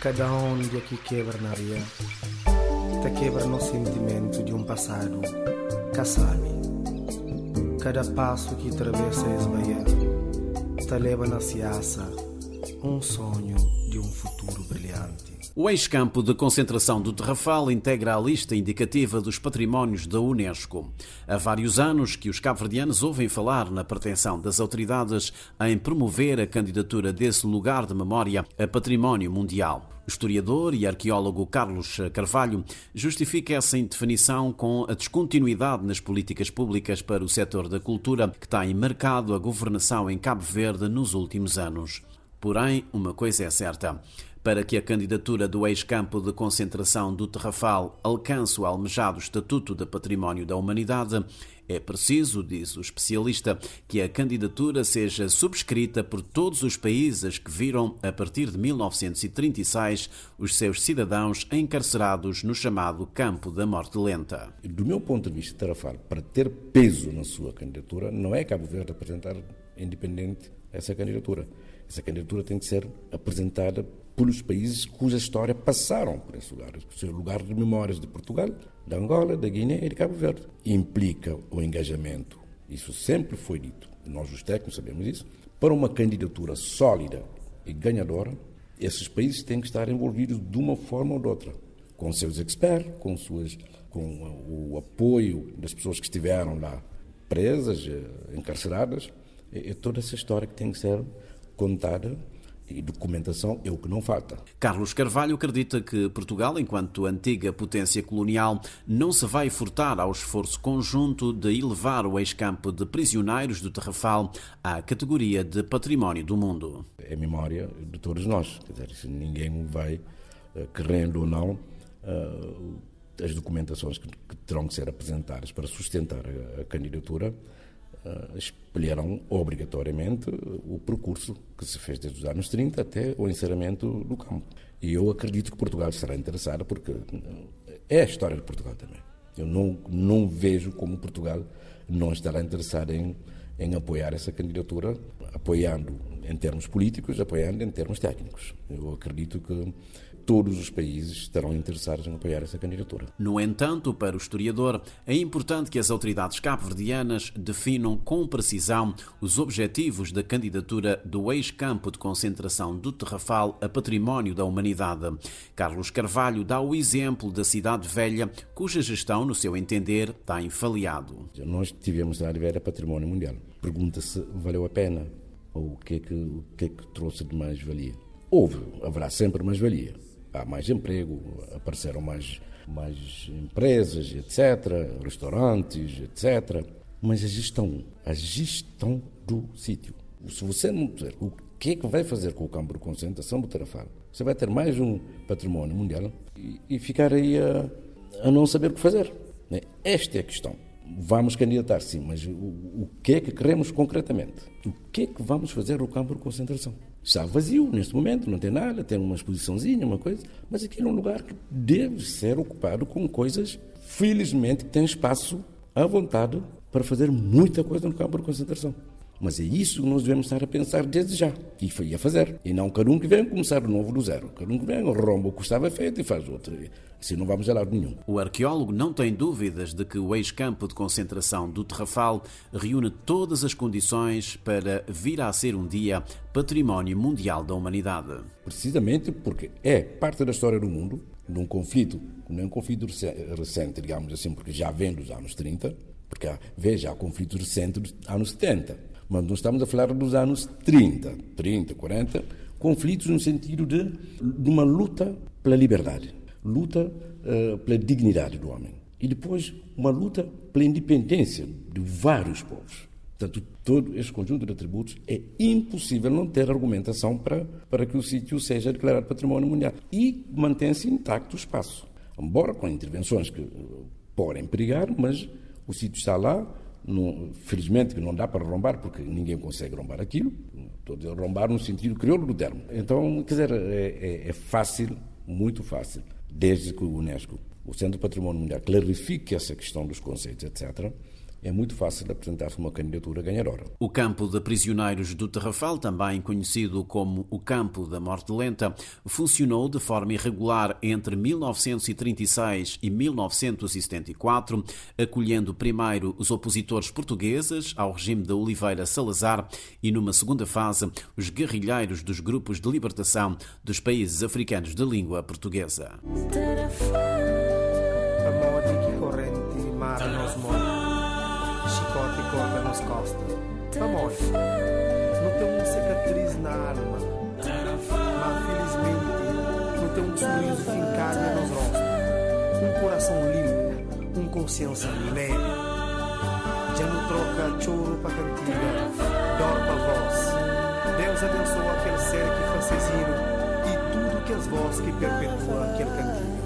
Cada onda que quebra na areia, te quebra no sentimento de um passado que sabe. Cada passo que atravessa esse baía, te leva na ciaça um sonho de um futuro brilhante. O ex-campo de concentração do Tarrafal integra a lista indicativa dos patrimónios da Unesco. Há vários anos que os cabo-verdianos ouvem falar na pretensão das autoridades em promover a candidatura desse lugar de memória a património mundial. O historiador e arqueólogo Carlos Carvalho justifica essa indefinição com a descontinuidade nas políticas públicas para o setor da cultura que tem marcado a governação em Cabo Verde nos últimos anos. Porém, uma coisa é certa. Para que a candidatura do ex-campo de concentração do Tarrafal alcance o almejado Estatuto de Património da Humanidade, é preciso, diz o especialista, que a candidatura seja subscrita por todos os países que viram, a partir de 1936, os seus cidadãos encarcerados no chamado campo da morte lenta. Do meu ponto de vista, Tarrafal, para ter peso na sua candidatura, não é Cabo Verde apresentar independente essa candidatura. Essa candidatura tem que ser apresentada pelos países cuja história passaram por esse lugar. O seu lugar de memórias de Portugal, de Angola, da Guiné e de Cabo Verde. Implica o engajamento, isso sempre foi dito, nós os técnicos sabemos isso, para uma candidatura sólida e ganhadora, esses países têm que estar envolvidos de uma forma ou de outra, com seus experts, com o apoio das pessoas que estiveram lá presas, encarceradas, é toda essa história que tem que ser contada. E documentação é o que não falta. Carlos Carvalho acredita que Portugal, enquanto antiga potência colonial, não se vai furtar ao esforço conjunto de elevar o ex-campo de prisioneiros do Tarrafal à categoria de património do mundo. É a memória de todos nós. Quer dizer, ninguém vai, querendo ou não, as documentações que terão que ser apresentadas para sustentar a candidatura espelharão obrigatoriamente o percurso que se fez desde os anos 30 até o encerramento do campo. E eu acredito que Portugal estará interessado porque é a história de Portugal também. Eu não vejo como Portugal não estará interessado em apoiar essa candidatura, apoiando em termos políticos, apoiando em termos técnicos. Eu acredito que todos os países estarão interessados em apoiar essa candidatura. No entanto, para o historiador, é importante que as autoridades cabo-verdianas definam com precisão os objetivos da candidatura do ex-campo de concentração do Tarrafal a património da humanidade. Carlos Carvalho dá o exemplo da Cidade Velha, cuja gestão, no seu entender, tem falhado. Nós tivemos Cidade Velha património mundial. Pergunta-se, valeu a pena? Ou o que é que trouxe de mais-valia? Haverá sempre mais-valia. Há mais emprego, apareceram mais empresas, etc., restaurantes, etc. Mas a gestão do sítio. Se você não dizer o que é que vai fazer com o campo de concentração do Tarrafal, você vai ter mais um património mundial e ficar aí a não saber o que fazer. Esta é a questão. Vamos candidatar, sim, mas o que é que queremos concretamente? O que é que vamos fazer no campo de concentração? Está vazio neste momento, não tem nada, tem uma exposiçãozinha, uma coisa, mas aqui é um lugar que deve ser ocupado com coisas, felizmente, que tem espaço à vontade para fazer muita coisa no campo de concentração. Mas é isso que nós devemos estar a pensar desde já, e foi a fazer. E não cada um que vem começar de novo do zero. Cada um que vem romba o que estava feito e faz outro. Assim não vamos a lado nenhum. O arqueólogo não tem dúvidas de que o ex-campo de concentração do Tarrafal reúne todas as condições para vir a ser um dia património mundial da humanidade. Precisamente porque é parte da história do mundo, num conflito, não é um conflito recente, digamos assim, porque já vem dos anos 30, porque há conflitos recentes dos anos 70. Mas nós estamos a falar dos anos 30, 40, conflitos no sentido de uma luta pela liberdade, luta pela dignidade do homem. E depois uma luta pela independência de vários povos. Portanto, todo este conjunto de atributos é impossível não ter argumentação para que o sítio seja declarado património mundial. E mantém-se intacto o espaço. Embora com intervenções que podem perigar, mas o sítio está lá. Felizmente que não dá para rombar, porque ninguém consegue rombar aquilo. Estou a dizer rombar no sentido crioulo do termo. Então, quer dizer, é fácil, muito fácil, desde que o Unesco, o Centro do Património Mundial, clarifique essa questão dos conceitos, etc., é muito fácil apresentar-se uma candidatura a ganhar hora. O campo de prisioneiros do Tarrafal, também conhecido como o Campo da Morte Lenta, funcionou de forma irregular entre 1936 e 1974, acolhendo primeiro os opositores portugueses ao regime de Oliveira Salazar e, numa segunda fase, os guerrilheiros dos grupos de libertação dos países africanos de língua portuguesa. Chicote e corda nas costas. Vamos, não tem uma cicatriz na alma, mas felizmente não tem um sorriso fincado nos rostos, um coração limpo, uma consciência leve. Já não troca choro para cantiga, dor para voz. Deus abençoa aquele ser que faz e tudo que as vozes que perpetuam aquele cantiga.